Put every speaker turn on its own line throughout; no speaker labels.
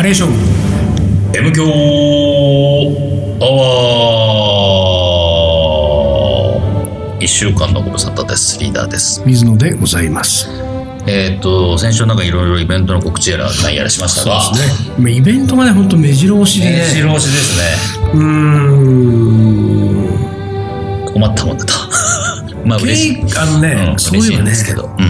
林翔
M 強アワー。1週間のご無沙汰です。リーダーです。
水野でございます。
先週なんかいろいろイベントの告知やら何やらしましたが、
そうですね、イベントがね本当目白押しでね、
目白押しですね。困ったもんだとまあ嬉しい、
そういえばね、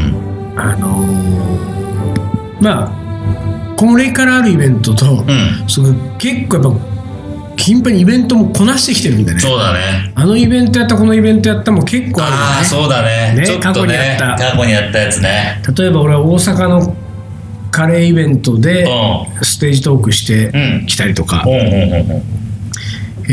まあこれからあるイベントと、その結構やっぱ頻繁にイベントもこなしてきてるんでね。
そうだね。
あのイベントやったこのイベントやったも結構あるんだね。
ああそうだね。ちょっとね過去にやったやつね。
例えば俺は大阪のカレーイベントでステージトークしてきたりとか、ケ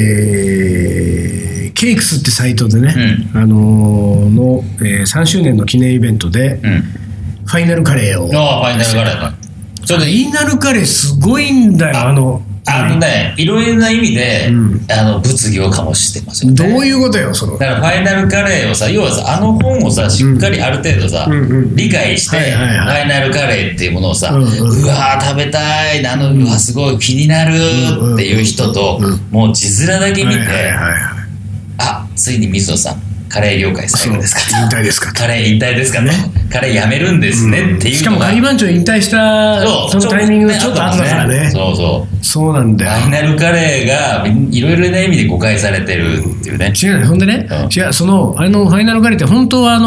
イクスってサイトでね、3周年の記念イベントで、ファイナルカレーを。
ファイナルカレーか。
ファイナルカレーすごいんだよ。
いろいろな意味で、物議を醸してますよね。
どういうことよ、その。
だからファイナルカレーをさ、要はさ、本をさ、しっかりある程度さ、理解して、ファイナルカレーっていうものをさ、うわー食べたい、うわすごい気になるっていう人と、もう字面だけ見て、あ、ついに水野さん、カレー業界最後ですか、
引退ですか、
カレー引退ですかね、カレーやめるんですねっていうのが、
しかもカリバン長引退したそのタイミングがちょっと後だからね。そうなんだよ。
ファイナルカレーがいろいろな意味で誤解されてるっていうね。
違うね。ほんでね、そのファイナルカレーって本当は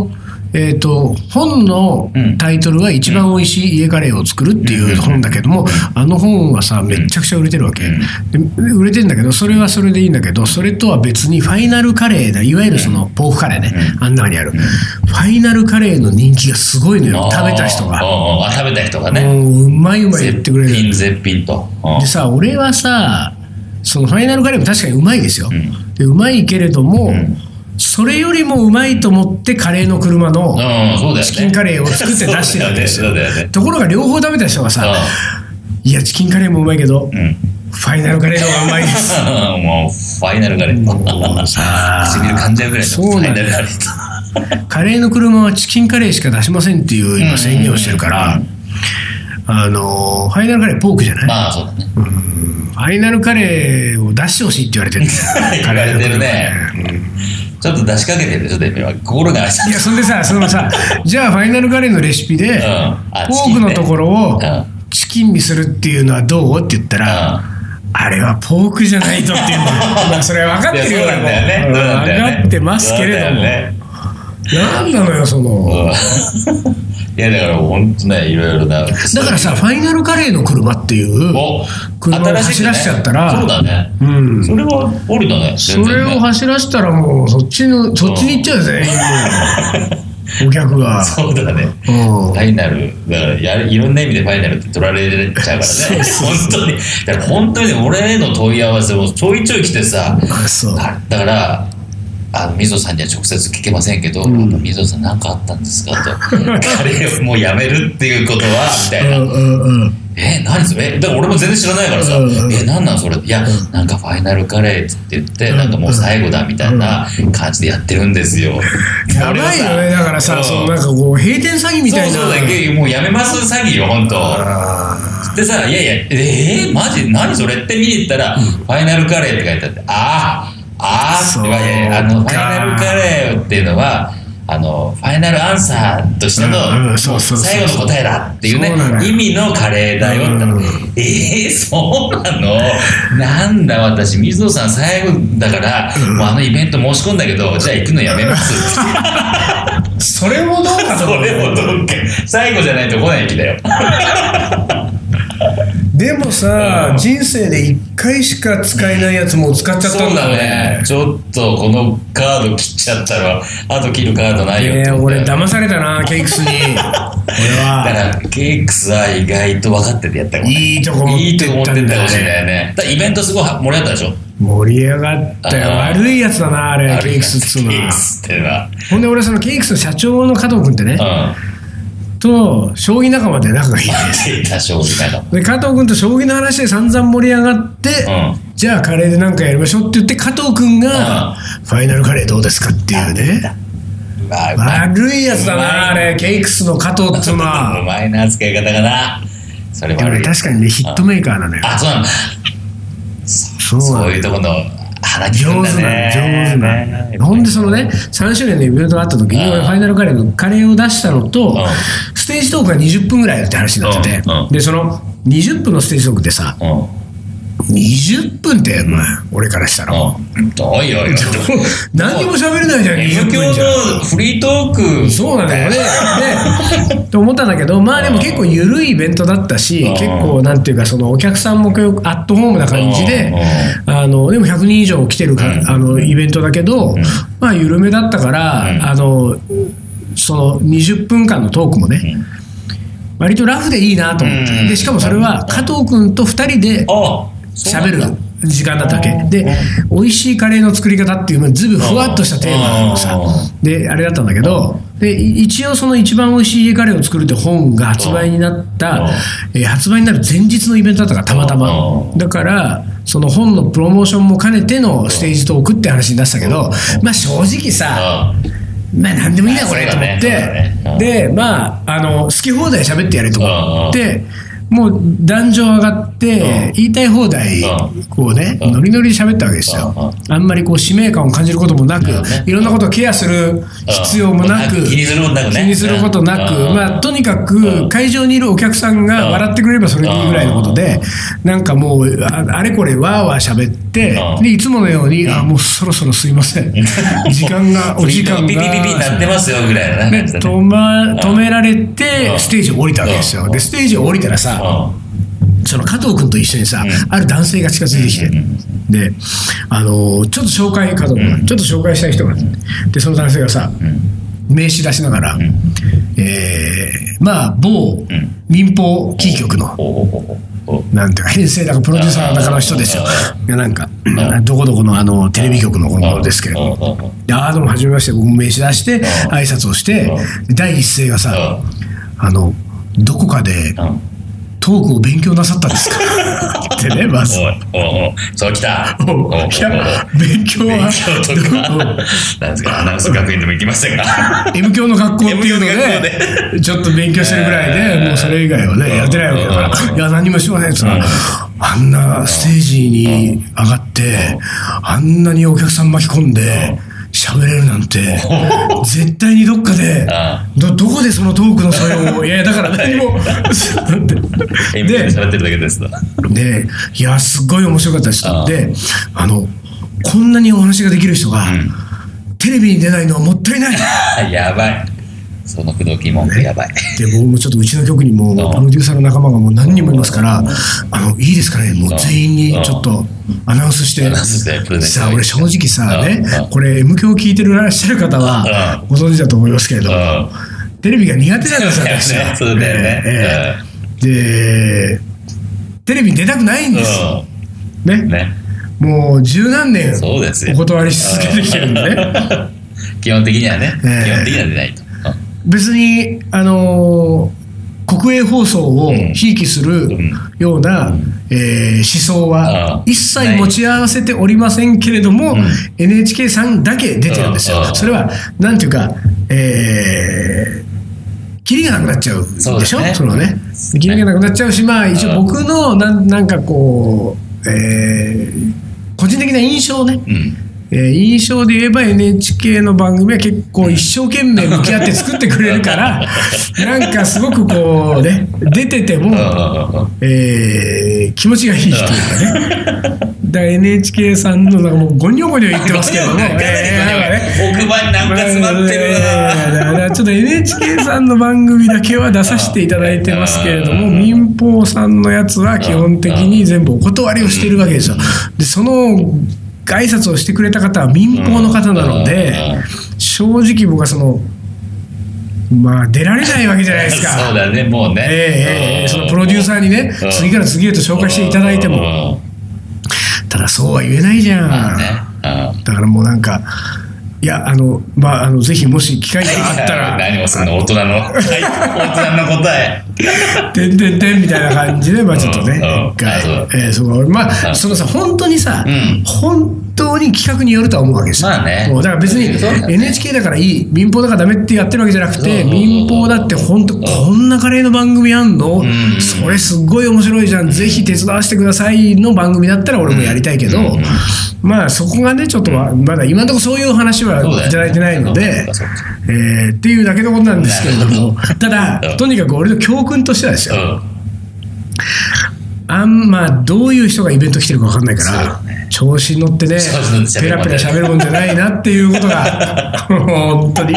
本のタイトルは一番おいしい家カレーを作るっていう本だけども、本はさめっちゃくちゃ売れてるわけ、で売れてるんだけど、それはそれでいいんだけど、それとは別にファイナルカレーだ、いわゆるそのポークカレーね、あん中にあるファイナルカレーの人気がすごいのよ。食べた人がね、うまいうまい言ってくれる。
絶品と。
でさ、俺はさ、そのファイナルカレーも確かにうまいですよ、でうまいけれども、それよりもうまいと思ってカレーの車のチキンカレーを作って出してるわけですよ。ところが両方食べた人がさ、いやチキンカレーもうまいけど、ファイナルカレーの方がうまいです
もうファイナルカレー唇噛んじゃうぐらいのファイナルカレーと
カレーの車はチキンカレーしか出しませんっていう今宣言をしてるから、ファイナルカレーポークじゃない。
まあそうだね。
ファイナルカレーを出してほしいって言われてるんだよ。
言われてるね。ちょっと出しかけてるでしょ、心が。いや、
そんでさ、じゃあファイナルカレーのレシピで、ポークのところをチキンにするっていうのはどうって言ったら、あれはポークじゃないとっていうのは、それは分かってるよ。分かってますけれども。なんなのよ、その。
いやだから本当ね、いろいろな。だ
からさ、ファイナルカレーの車っていう車を走らしちゃったら、
そうだね。それはありだね。
それを走らしたらもうそっちに行っちゃうぜ、お客が。
そうだね。ファイナルだからいろんな意味でファイナルって取られちゃうからね。本当に。だから本当に俺への問い合わせもちょいちょい来てさ。だから。水野さんには直接聞けませんけど、水野さん何かあったんですかとカレーをもうやめるっていうことはみたいな。何それ。だから俺も全然知らないからさ、何なんそれ。いやなんかファイナルカレーって言ってなんかもう最後だみたいな感じでやってるんですよ。
やばいよね。だからさ、なんかこう閉店詐欺みたいな。
そうだけもうやめます詐欺よ本当。でさ、いやマジ何それって見に行ったらファイナルカレーって書いてあって、ファイナルカレーっていうのはファイナルアンサーとしての最後の答えだっていうね意味のカレーだよってそうなの。なんだ私水野さん最後だからもうイベント申し込んだけどじゃあ行くのやめますって
それもどうかと。
それもどうか。最後じゃないと来ない気だよ。
でもさ、人生で1回しか使えないやつも使っちゃったんだね。
ちょっとこのカード切っちゃったらあと切るカードないよって。
俺騙されたなケイクスに。俺は
だからケイクスは意外と分かっててやったかもね。
いいとこ持ってったんだよ
ね。だからイベントすごい盛り上がったでしょ。
盛り上がったよ。悪いやつだなあれケイクスっつうのは。
ケイクスってな。
ほんで俺そのケイクスの社長の加藤君ってね、と将棋仲間で仲がいいんですよ。で加藤君と将棋の話で散々盛り上がって、じゃあカレーで何かやりましょうって言って加藤君がファイナルカレーどうですかっていうね。悪いやつだなあれケイクスの加藤っていうのは。
うまいな使い方がな。 それは
でもね、確かにね、ヒットメーカーなのよ。
あ、そうなんだ。そういうところの鼻利くんだね。
上手なの。ほんでそのね、3周年のイベントがあった時に、ファイナルカレーのカレーを出したのと、ステージトークが20分ぐらいって話になってて、で、その20分のステージトークってさ、20分って、まあ、俺からしたら。
おいおい。
何にも喋れないじゃん、20分じゃん。
のフリートーク。
そうなんだよね。と思ったんだけど、まあでも結構緩いイベントだったし、結構なんていうか、そのお客さんもアットホームな感じで、でも100人以上来てるイベントだけど、まあ緩めだったから、その20分間のトークもね、割とラフでいいなと思って。で、しかもそれは加藤君と2人で、喋る時間だったわけで、美味しいカレーの作り方っていうのはずいぶんふわっとしたテーマのさであれだったんだけど、で一応その一番美味しい家カレーを作るって本が発売になった発売になる前日のイベントだったから、たまたまだからその本のプロモーションも兼ねてのステージトークって話に出したけど、まあ正直さ、まあ何でもいいなこれと思って、でまあ好き放題喋ってやれと思って、もう壇上上がって言いたい放題こうねノリノリで喋ったわけですよ。あんまりこう使命感を感じることもなく、いろんなことをケアする必要もなく、
気にすることなく、
まあとにかく会場にいるお客さんが笑ってくれればそれでいいぐらいのことで、なんかもうあれこれわーわー喋って、でいつものようにもうそろそろすいません、お時間が
ピピピピなってますよぐらいな
止められてステージを降りたわけですよ。でステージを降りたらさ、その加藤君と一緒にさ、ある男性が近づいてきて、でちょっと紹介加藤君、ちょっと紹介したい人がで、その男性がさ、名刺出しながら、まあ某民放キー局のなんていうか編成だかプロデューサーだかの人ですよ。なんかどこどこのテレビ局のものですけれども、でどうも初めまして、僕も名刺出して挨拶をして、第一声がさ、どこかでトークを勉強なさったんですかってね、まず。
そうきた。
いや、勉強は。
とか、なんですか、アナウンス学院でも行きましたが。
M 教の学校っていうので、ちょっと勉強してるぐらいで、もうそれ以外はね、やってないわけだから、いや、何もしませんって言ったら、あんなステージに上がって、あんなにお客さん巻き込んで、喋れるなんて絶対にどっかでどこでそのトークの素養をいやだから何も
で喋ってるだけです
で、いやすっごい面白かったです。でこんなにお話ができる人がテレビに出ないのはもったいない
やばい、その口説き文句やばい。
で僕もちょっとうちの局にもプロデューサーの仲間がもう何人もいますから、いいですかね、もう全員にちょっとアナウンスしてさあ、俺正直さね、これ M 響聞いてらっしゃる方はご存知だと思いますけれども、テレビが苦手なんですよ私は。
そうだよね。
でテレビに出たくないんですね。もう十何年お断りし続けてきてるんでね。
基本的にはね、基本的には出ないと。
別に国営放送をひいきするような思想は一切持ち合わせておりませんけれども、NHK さんだけ出てるんですよ。それはなんていうかキリがなくなっちゃうでしょ。そのね、キリがなくなっちゃうし、まあ一応僕のなんかこう個人的な印象ね、印象で言えば NHK の番組は結構一生懸命向き合って作ってくれるからなんかすごくこうね、出てても気持ちがいいというかね。だから NHK さんのなんかもうゴニョゴニョ言ってますけども、
奥歯になんか詰まってる
だからちょっと NHK さんの番組だけは出させていただいてますけれども、民放さんのやつは基本的に全部お断りをしているわけですよ。でその挨拶をしてくれた方は民放の方なので、正直僕はまあ出られないわけじゃないですか。
そうだね、もうね。
そのプロデューサーにね、次から次へと紹介していただいても、ただそうは言えないじゃん。だからもうなんか、いやまあぜひもし機会があったら
何もその大人の答え
てんてんてんみたいな感じで、まあちょっとね、一回まあそのさ、本当にさ、本当に企画によるとは思うわけですよ。
まあね。
だから別に NHK だからいい、民放だからダメってやってるわけじゃなくて、民放だって本当こんなカレーの番組あんの、それすっごい面白いじゃん、ぜひ手伝わせてくださいの番組だったら俺もやりたいけど、まあそこがねちょっとまだ今のところそういう話はいただいてないので、っていうだけのことなんですけれども、ただとにかく俺の教訓としてはですよ、まあどういう人がイベント来てるか分かんないから、調子に乗ってねペラペラ喋るもんじゃないなっていうことが本当に。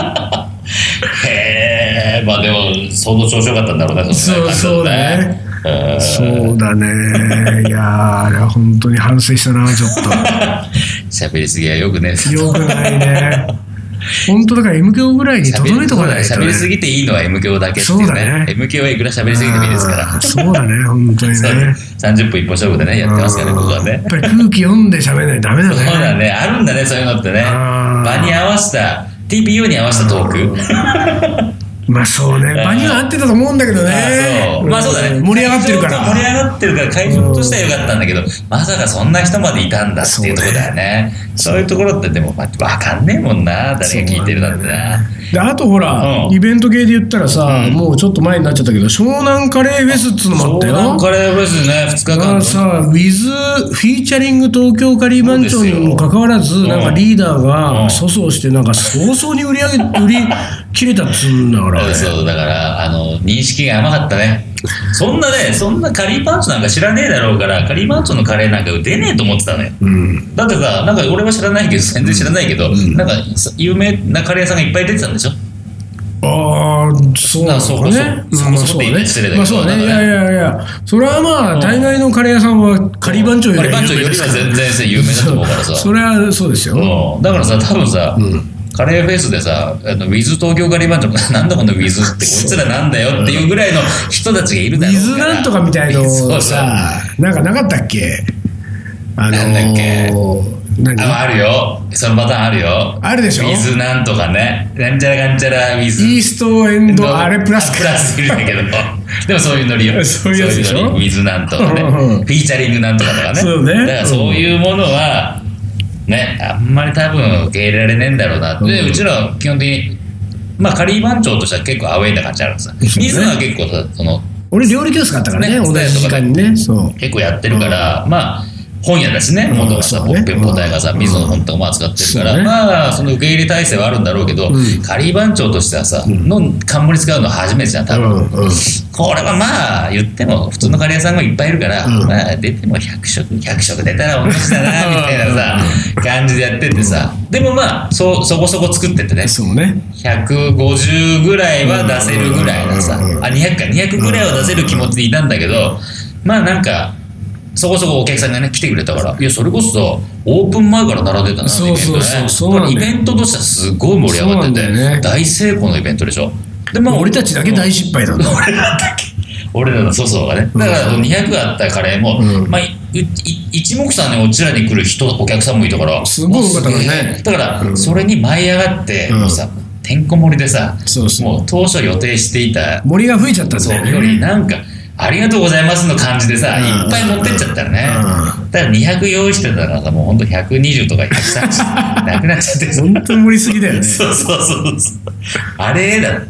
へえ、まあでもその調子よかったんだろうね。
そうだね。そうだね。いやあれは本当に反省したな、ちょっと。
喋りすぎはよくね。
よくないね。本当だから M 響ぐらいにとどめとかないとね。
喋りすぎていいのは M 響だけっていうね。そうだね。M 響はいくら喋りすぎてもいいですから。
そうだね、本当にね。
30分一本勝負でね、やってますからね、僕はね。
やっぱり空気読んで喋らないとダメだね。
そうだね、あるんだね、そういうのってね。場に合わせた、TPO に合わせたトーク。
まあそうね、場には合ってたと思うんだけどね。
まあそうだね。
盛り上がってるから。
盛り上がってるから会場としてはよかったんだけど、まさかそんな人までいたんだっていうところだよね。そういうところってでも分かんねえもんな、誰が聞いてるなんてな。
であとほら、イベント系で言ったらさ、もうちょっと前になっちゃったけど、湘南カレーフェスっつうのもあったよ。
湘南カレーフェスね、2日間。
さ、ウィズフィーチャリング東京カリー番長にもかかわらず、なんかリーダーが粗相して、なんか早々に売り切れたっつうんだから。
そうだから認識が甘かったね。そんなカリーパンチョなんか知らねえだろうから、カリーパンチョのカレーなんか出ねえと思ってたのよ。だってさ、なんか俺は知らないけど、全然知らないけど、なんか有名なカレー屋さんがいっぱい出てたんでしょ。
ああ、そうなのかね。
そこって失礼だけど。
まあそうね。いや、それはまあ大概のカレー屋さんはカリー番長よりは
全然有名だと思うからさ。
それはそうですよ。
だからさ、多分さ、カレーフェスでさ、ウィズ東京カリー番長、なんだこのウィズって、こいつらなんだよっていうぐらいの人たちがいるだろうから。
ウィズなんとかみたいのさ、なんかなかったっけ？
なんだっけ？あるよ。そのパターンあるよ。
あるでしょ？
ウィズなんとかね。なんちゃらかんちゃらウィズ。
イーストエンドあれプラス
いるんだけど。でもそういうノリよ。
そういうやつでしょ？
ウィズなんとかね。フィーチャリングなんとかとかね。
そうね。
だからそういうものは、ね、あんまり多分受け入れられねえんだろうなって。で、うちらは基本的に、まあカリー番長としては結構アウェイな感じあるんですよ。水野は結構さ、
俺料理教室があったからね、同じ時間にね。そう。
結構やってるから、まあ、本屋だしね、元がさ、ポッペンポタイがさ、水野の本とかも扱ってるから、まあ、その受け入れ体制はあるんだろうけど、カリー番長としてはさ、の冠使うのは初めてじゃん、多分。これはまあ、言っても、普通のカレー屋さんがいっぱいいるから、まあ、出ても100食出たら同じだな、みたいなさ、感じでやっててさ、でもまあ、そこそこ作ってってね、150ぐらいは出せるぐらいなさ、200ぐらいは出せる気持ちでいたんだけど、まあなんか、そこそこお客さんがね来てくれたから、いやそれこそオープン前から並んでたな、イベントとしてはすごい盛り上がってて、大成功のイベントでしょ。でも
俺たちだけ大失敗だね。
俺らの粗相がね。だから200あったカレーも、まあ一目散にうちらに来るお客さんもいたから、
すごい多かったからね。
だからそれに舞い上がってもうさ、てんこ盛りでさ、もう当初予定していた
盛りが吹いちゃったんだよね。
よりなんかありがとうございますの感じでさ、いっぱい持ってっちゃったらね。だから200用意してたらさ、もうほんと120とか130なくなっちゃって。
本当に盛りすぎだよね。
そう。あれだって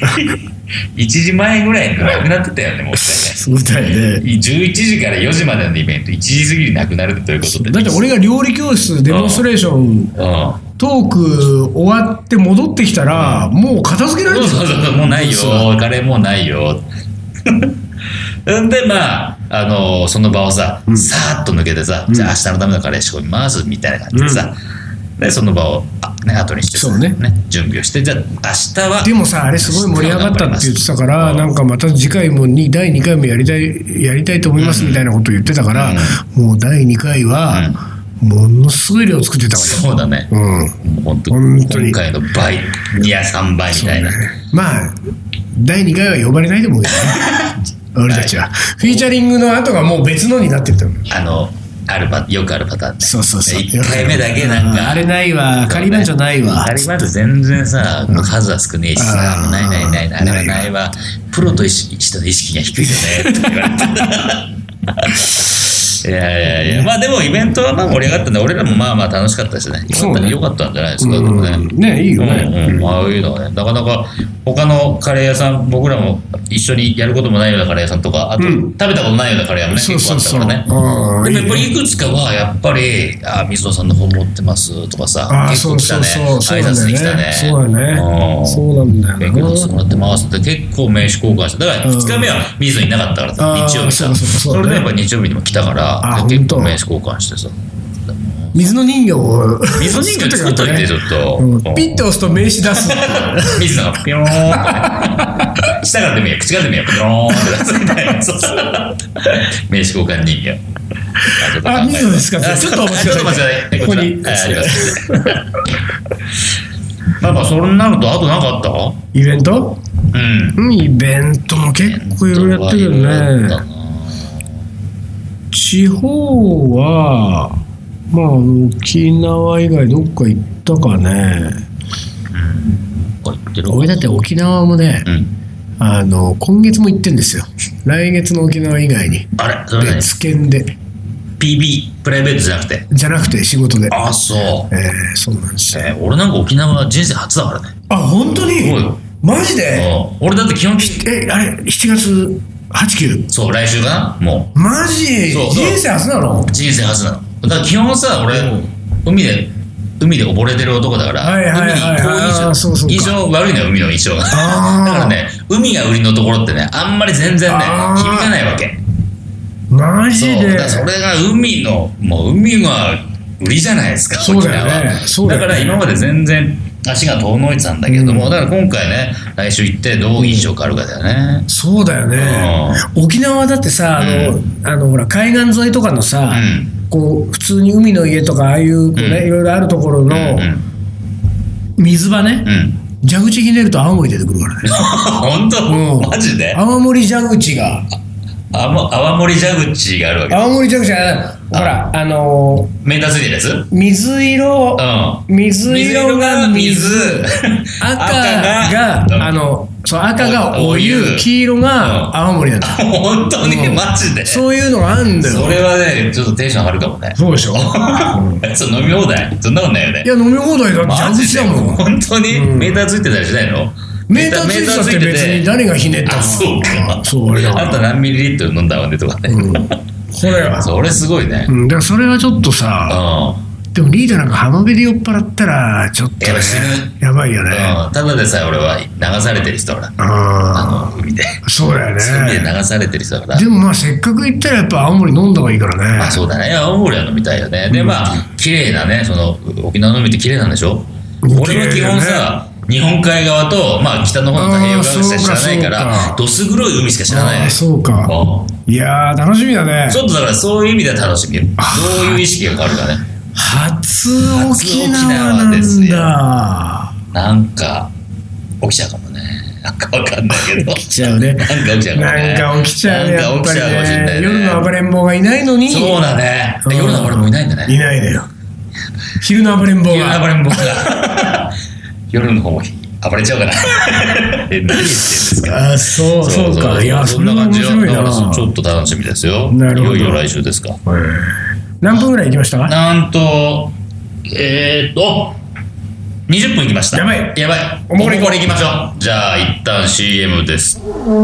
、1時前ぐらいになくなってたよね、もうね。
そうだよね。
11時から4時までのイベント、1時過ぎになくなるということで。
だって俺が料理教室、デモンストレーション、トーク終わって戻ってきたら、もう片付けられてる。
そう、もうないよ。カレーもうないよ。でまあその場をさ、さーっと抜けてさ、じゃあ明日のためのカレー仕込みますみたいな感じでさ、でその場を後にしてさ、準備をして、じゃあ明日は
でもさ、あれすごい盛り上がったって言ってたから、なんかまた次回も第2回もやりたいと思いますみたいなことを言ってたから、もう第2回はものすごい量作ってたわけ。
そうだね。本当に今回の倍、2や3倍みたいな。
まあ第2回は呼ばれないと思うけどね。俺たちはフィーチャリングの後がもう別のになってると思う。
よくあるパターンね。
そう
1回目だけなんか
あれないわ、カリー番長ないわ、
カリー番長全然さ数は少ねえしさ、ないあれはないわ、プロとしての意識が低いよねって言われて 。 いや、まあでもイベントはまあ盛り上がったんで、俺らもまあまあ楽しかったですね。よかったんじゃないですか、でもね。
ね、いいよね。
ああいうのはね、なかなか他のカレー屋さん、僕らも一緒にやることもないようなカレー屋さんとか、あと食べたことないようなカレー屋もね、結構あったからね。でもやっぱりいくつかは、やっぱり、水野さんの本持ってますとかさ、結構来たね。挨拶に来たね。
そうだね。そうなんだよね。
結構させてもらってますって結構名刺交換して、だから2日目は水野いなかったからさ、日曜日さ。それでやっぱ日曜日にも来たから、結構名刺交換してさ。
水の人形を
作っといてちょっと、
ピッと押すと名刺出す
水野がピョーンって下からでもいいよ口からでもいいよピョーンって出すみたいな名刺交換人形
水野ですかちょっとお待ちくださいここにあり
ますまあまあそれになるとあと何かあった
イベントイベントも結構いろいろやってるけどね地方はまあ沖縄以外どっか行ったかね、俺だって沖縄もね、今月も行ってんですよ来月の沖縄以外に
あれそれ
別件で
PB プライベートじゃなくて
仕事で
そう
そうなんですよ、
俺なんか沖縄人生初だからね
本当に
そうよ
マジで
俺だって基本
あれ7月8、9
そう来週かなもう
マジ人生初なの
人生初なのだから基本さ俺海で溺れてる男だから海に印象悪いのよ海の印象がだからね海が売りのところってねあんまり全然ね響かないわけ
マジで
それが海が売りじゃないですか
そうだよね
だから今まで全然足が遠のいてたんだけども、だから今回ね来週行ってどう印象変わるかだよね
そうだよね沖縄だってさほら海岸沿いとかのさこう普通に海の家とかああいうこうねいろいろあるところの水場ね蛇口ひねると青森出てくるからね
本当マジで
青森蛇口が
泡盛蛇口があるわけ
青森蛇口はほら
メーターついてるやつ
水色が水赤がそう赤がお湯黄色が青森なんだ
本当にマジで
そういうのがあるんだよ
それはねちょっとテンション上がるかもね
そうでしょ
そう飲み放題そんなことないよね
いや飲み放題だって蛇口だもん
本当にメーターついてたりしないの
メーターついてたって別に誰がひねったの
そうかあんた何ミリリットル飲んだわねとかね
これは
それすごいね
だからそれはちょっとさでもリーダーなんか浜辺で酔っ払ったらちょっとねやばいよね
ただでさえ俺は流されてる人ほら海で
そうだよね
海で流されてる人だから
でもまあせっかく行ったらやっぱ青森飲んだ方がいいからね
そうだね青森は飲みたいよねでまあ綺麗なねその沖縄の海って綺麗なんでしょ俺は基本さ日本海側と、まあ、北の方の太平洋側しか知らないからどす黒い海しか知らないね
そうかいやー楽しみだね
ちょっとだからそういう意味では楽しみよどういう意識が変わるかね
初沖縄ですよ
なんか起きちゃうかもねなんかわかんないけど
起きちゃうね
なんか起きちゃうかもね
なんか起きちゃうね
やっぱりね
夜の暴れん坊がいないのに
そうだね夜の暴れん坊いないんだね
いないのよ昼の暴れん坊が
夜の方も暴れちゃうかな何言ってんですか
そうかいや
そんな感じよだからちょっと楽しみですよいよいよ来週ですか
何分ぐらい行きましたか
なんと20分行きました
やばい
おもこれ行きましょうじゃあ一旦 CM です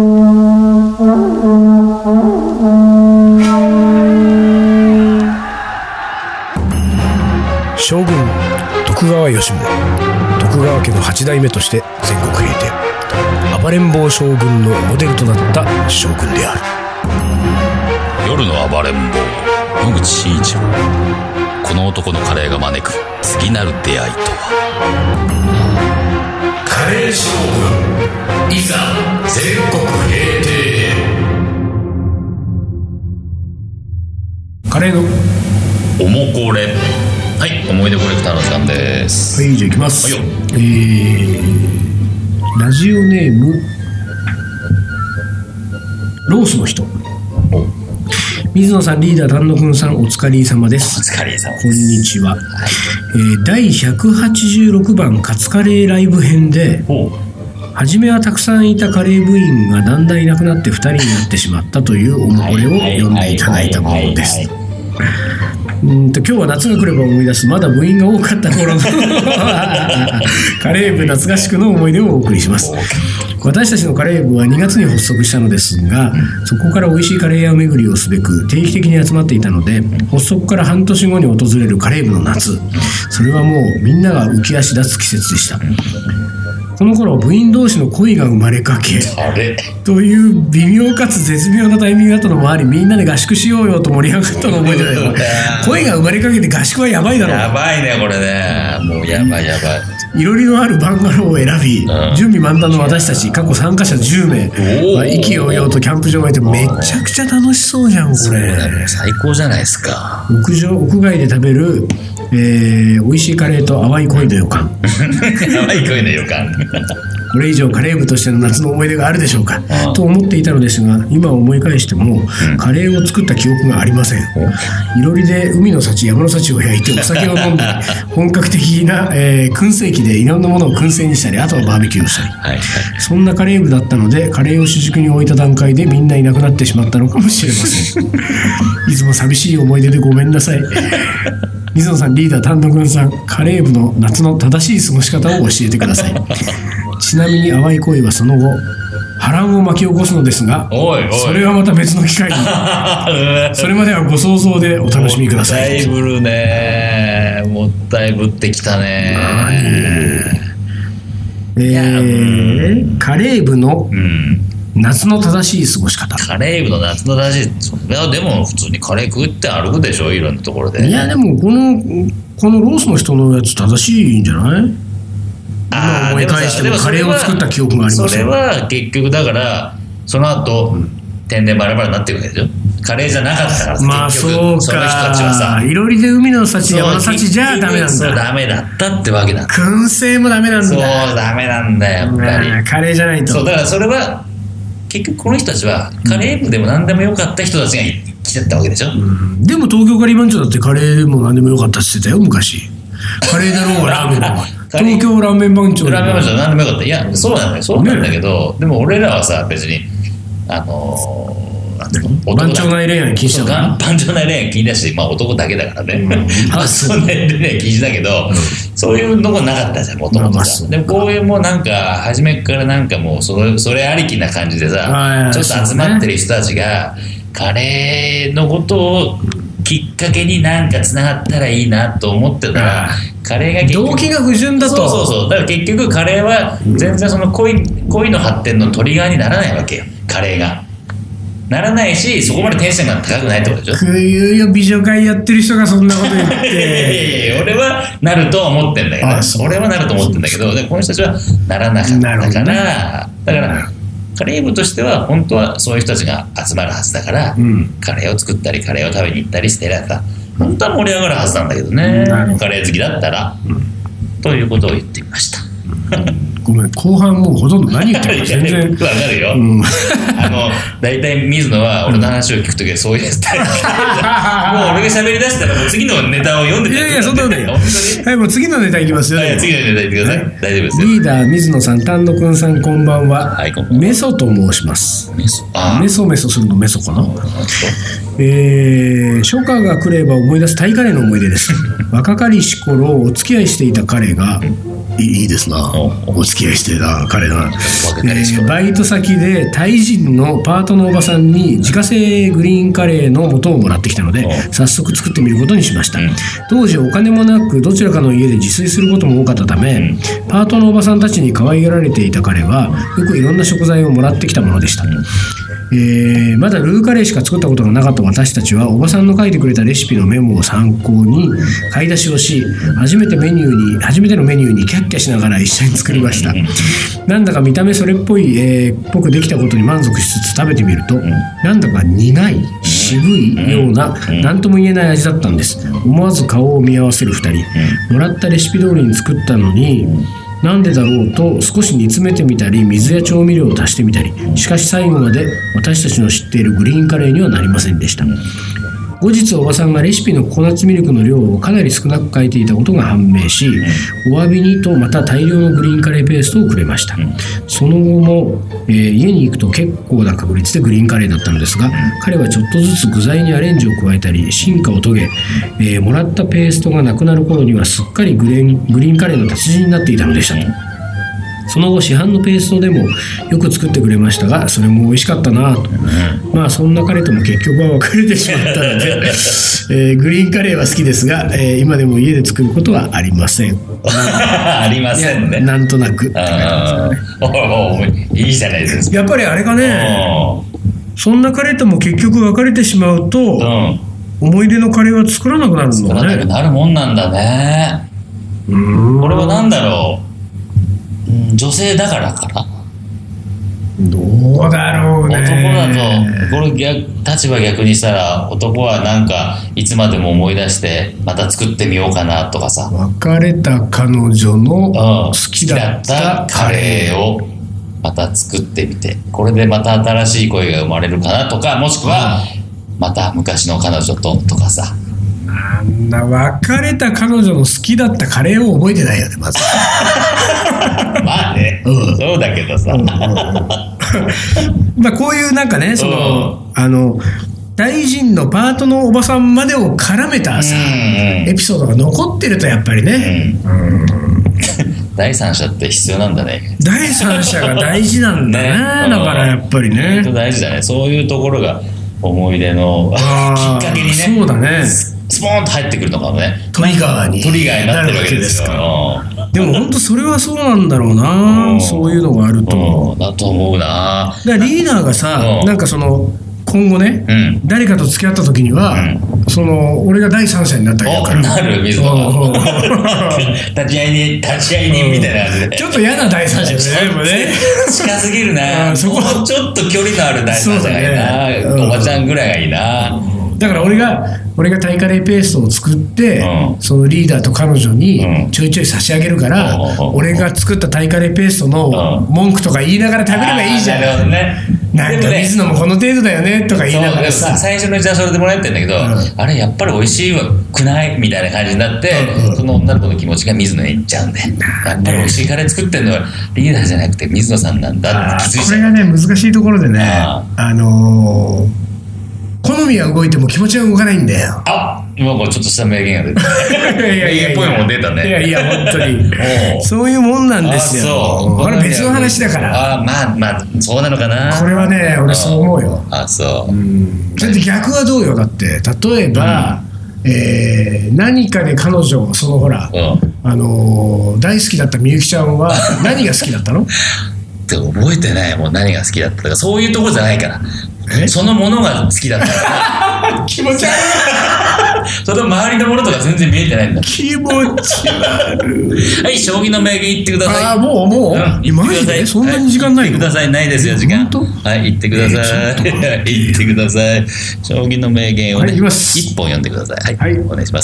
将軍徳川吉宗徳川家の8代目として全国平定暴れん坊将軍のモデルとなった将軍である
夜の暴れん坊野口真一郎この男のカレーが招く次なる出会いとはカレー将軍いざ全国平定
カレーの
おもこれはい思い出コレクターの時間です
はいじゃあいきます、
はいよ
ラジオネームロースの人水野さんリーダー丹野くんさんお疲れ様です
お疲れ様です
こんにちは、第186番カツカレーライブ編で初めはたくさんいたカレー部員がだんだんいなくなって2人になってしまったというおもこれを読んでいただいたものです今日は夏が来れば思い出すまだ部員が多かった頃のカレー部夏合宿の思い出をお送りします。私たちのカレー部は2月に発足したのですが、そこから美味しいカレー屋巡りをすべく定期的に集まっていたので、発足から半年後に訪れるカレー部の夏、それはもうみんなが浮き足立つ季節でした。この頃部員同士の恋が生まれかけという微妙かつ絶妙なタイミングだったのもあり、みんなで合宿しようよと盛り上がったのを覚えてないよ。恋が生まれかけて合宿はやばいだろう。
やばいねこれね、もうやばいやばい。
いろりのあるバンガローを選び、準備満タンの私たち過去参加者10名、意気揚々とキャンプ場へ行ってめちゃくちゃ楽しそうじゃんこれ。
最高じゃないですか。
屋外で食べる、美味しいカレーと淡い恋の予感
淡い恋の予感
これ以上カレー部としての夏の思い出があるでしょうかと思っていたのですが、今思い返してもカレーを作った記憶がありません。いろりで海の幸山の幸を焼いてお酒を飲んだり本格的な、燻製機でいろんなものを燻製にしたり、あとはバーベキューをしたり、そんなカレー部だったので、カレーを主軸に置いた段階でみんないなくなってしまったのかもしれませんいつも寂しい思い出でごめんなさい。水野さん、リーダー丹野くんさん、カレー部の夏の正しい過ごし方を教えてくださいちなみに淡い恋はその後波乱を巻き起こすのですが、それはまた別の機会にそれまではご想像でお楽しみください。
もったいぶるね、もったいぶってきたね。
カレー部の夏の正しい過ごし方。
カレー部の夏の正しい、それはでも普通にカレー食って歩くでしょ、いろんなところで。
いやでもこのロースの人のやつ正しいんじゃない？今思い返してもカレーを作った記憶がありますよ。
それは結局だからその後、天然バラバラになっていくわけでしょ。カレーじゃなかったから、
まあ
結局
そうか、
その人たちはさ、
いろりで海の幸山の幸じゃダメなんだ。
そうダメだったってわけだ。
燻製もダメなんだ。
そうダメなんだよやっぱり。
カレーじゃないと。
そうだからそれは結局この人たちはカレー部でも何でもよかった人たちが来ちゃったわけでしょ。
でも東京カリー番長だってカレーも何でもよかったって言ってたよ昔。カレーだろうがラーメンだろうが東京ラーメン番長
ラーメン番長何でもよかった。いやそうなんだよ、そうなんだけど、でも俺らはさ別に
番長内恋愛禁止だから。
番長内恋愛禁止だし、まあ男だけだからね。そんな恋愛禁止だけど、そういうのがなかったじゃん、もともとさ。でもこういうもうなんか初めからなんかもうそれありきな感じでさ、ちょっと集まってる人たちがカレーのことをきっかけになんかつながったらいいなと思ってたら、カレーが結局
動機が不純だと。
そうだから結局カレーは全然その恋の発展のトリガーにならないわけよ。カレーがならないし、そこまでテンションが高くないってことでしょ。
くいうよ、美女会やってる人がそんなこと言って
いや俺はなると思ってんだけど、俺はなると思ってんだけど、でこの人たちはならなかったから、だからカレー部としては本当はそういう人たちが集まるはずだから、カレーを作ったりカレーを食べに行ったりしてらさ、本当は盛り上がるはずなんだけどね、カレー好きだったら、ということを言ってみました。
ごめん、後半もうほとんど何言ってるか全然
わかるよ。大体水野は俺の話を聞くときはそういうスタイル。もう俺が喋り出したらもう次のネタを読んでた。
いやそんなことないよ。はい、もう次のネタいきますよ。
次のネタいってください。大丈夫ですよ。
リーダー水野さん、丹野くんさん、こんばんは。
はい、こんばんは。
メソと申します。メソメソするのメソかな。初夏が来れば思い出すタイカレーの思い出です。若かりし頃お付き合いしていた彼が、いいですな、お付き合いしてた彼が、バイト先でタイ人のパートのおばさんに自家製グリーンカレーの素をもらってきたので、早速作ってみることにしました。当時お金もなくどちらかの家で自炊することも多かったため、パートのおばさんたちに可愛がられていた彼はよくいろんな食材をもらってきたものでした。まだルーカレーしか作ったことがなかった私たちはおばさんの書いてくれたレシピのメモを参考に買い出しをし、初めてのメニューにキャッキャしながら一緒に作りました。なんだか見た目それっぽい、ぽくできたことに満足しつつ食べてみると、なんだか苦い渋いような何とも言えない味だったんです。思わず顔を見合わせる2人。もらったレシピ通りに作ったのになんでだろうと少し煮詰めてみたり水や調味料を足してみたり、しかし最後まで私たちの知っているグリーンカレーにはなりませんでした。 後日おばさんがレシピのココナッツミルクの量をかなり少なく書いていたことが判明し、お詫びにとまた大量のグリーンカレーペーストをくれました。その後も、家に行くと結構な確率でグリーンカレーだったのですが、彼はちょっとずつ具材にアレンジを加えたり進化を遂げ、もらったペーストがなくなる頃にはすっかりグリーンカレーの達人になっていたのでしたと。その後市販のペーストでもよく作ってくれましたが、それも美味しかったなと。まあそんな彼とも結局は別れてしまったので、グリーンカレーは好きですが、今でも家で作ることはありません。
ありませんね。
なんとなく。
いいじゃないですか。
やっぱりあれかね、そんな彼とも結局別れてしまうと、思い出のカレーは作らなくなるんだね。
作らなくなるもんなんだね。これは何だろう。女性だからかな。
どうだろうね。
男だとこれ立場逆にしたら、男はなんかいつまでも思い出してまた作ってみようかなとかさ、
別れた彼女の好きだった
カレーをまた作ってみて、これでまた新しい恋が生まれるかなとか、もしくはまた昔の彼女とかさ。
なんだ、別れた彼女の好きだったカレーを覚えてないよね、まず。
まあね、そうだけどさ。
まあこういうなんかね、大臣のパートのおばさんまでを絡めたさ、エピソードが残ってるとやっぱりね、
第三者って必要なんだね。
第三者が大事なんだね。だからやっぱりね、
大事だね。そういうところが思い出のきっかけにね、
そうだね、
スポーンと入ってくるのかもね。
トリガーに
なってるわけですから。
でも本当それはそうなんだろうな、そういうのがあると。
だと思うな。
だからリーダーがさ、なんか今後ね、誰かと付き合った時には、俺が第三者になったりだから。
なる、水野立ち会い人みたいな感じで。
ちょっと嫌な第三者だね。
近すぎるな。もうちょっと距離のある第三者がいいな。おばちゃんぐらいがいいな。
だから俺がタイカレーペーストを作って、そのリーダーと彼女にちょいちょい差し上げるから、俺が作ったタイカレーペーストの文句とか言いながら食べればいいじゃん。
なるほどね。
なんか水野もこの程度だよねとか言いながらさ、
最初のうちはそれでもらってんだけど、あれやっぱり美味しくないみたいな感じになって、その女の子の気持ちが水野にいっちゃうんで、やっぱり美味しいカレー作ってるのはリーダーじゃなくて水野さんなんだって気づいちゃう。
これがね、難しいところでね、好みは動いても気持ちは動かないんだよ。
今これちょっとした名言が出て名言っぽいもん出たね。
いや本当にそういうもんなんですよ。これ別の話だから。
まあそうなのかな。
これはね、俺そう思うよ。
そう。
だって逆はどうよ。だって例えば、何かで彼女、ほら、大好きだったみゆきちゃんは何が好きだったの？
って覚えてないもん、何が好きだったか。そういうとこじゃないから。そのものが好きだったから
気持ち悪い
その周りのものとか全然見えてないんだ。
気持ち悪い。
はい、将棋の名言言ってください。
もうマジでそんなに時間ないの？
言ってください。ないですよ、時間。はい、言ってください。言ってください。将棋の名言をね、一本読んでください。はい、お願いします。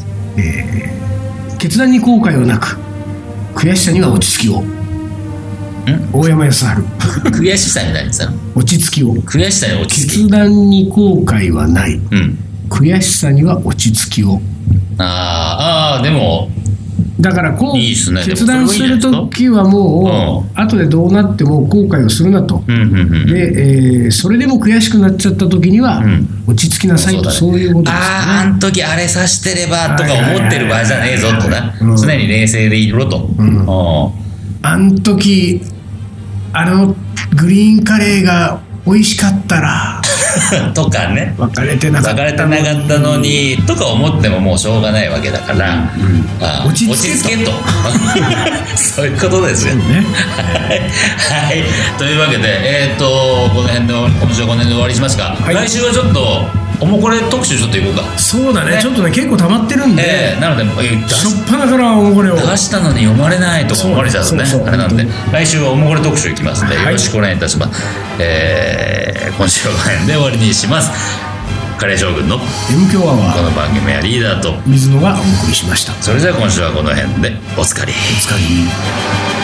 決断に後悔はなく、悔しさには落ち着きを。大山康晴。
悔しさに何さ、
落ち着きを。
悔しさに落ち着き。
決断に後悔はない、悔しさには落ち着きを。
でも
だから
いいですね。
決断するときはもう、後でどうなっても後悔をするなと。で、それでも悔しくなっちゃったときには、落ち着きなさいと、そういうことですね。
あの時あれさしてればとか思ってる場合じゃねえぞとな。常に冷静でいろと。
あの時グリーンカレーが美味しかったら
とかね、
別れてなかった
のにとか思ってももうしょうがないわけだから、落ち着けとそういうことですよね。はい、というわけでこの辺で今週はこの辺で終わりしますか。来週はちょっとおもこれ特集ちょっといこうか。そうだね、ちょっとね結構溜まってるんで、なのでしょっぱなからおもこれを出したのに読まれないとか思われちゃうとね、あれなんで来週はおもこれ特集いきますんで、よろしくお願いいたします。今週はこの辺で終わりにします。カレー将軍の M 強アワー、この番組はリーダーと水野がお送りしました。それじゃあ今週はこの辺でおつかり。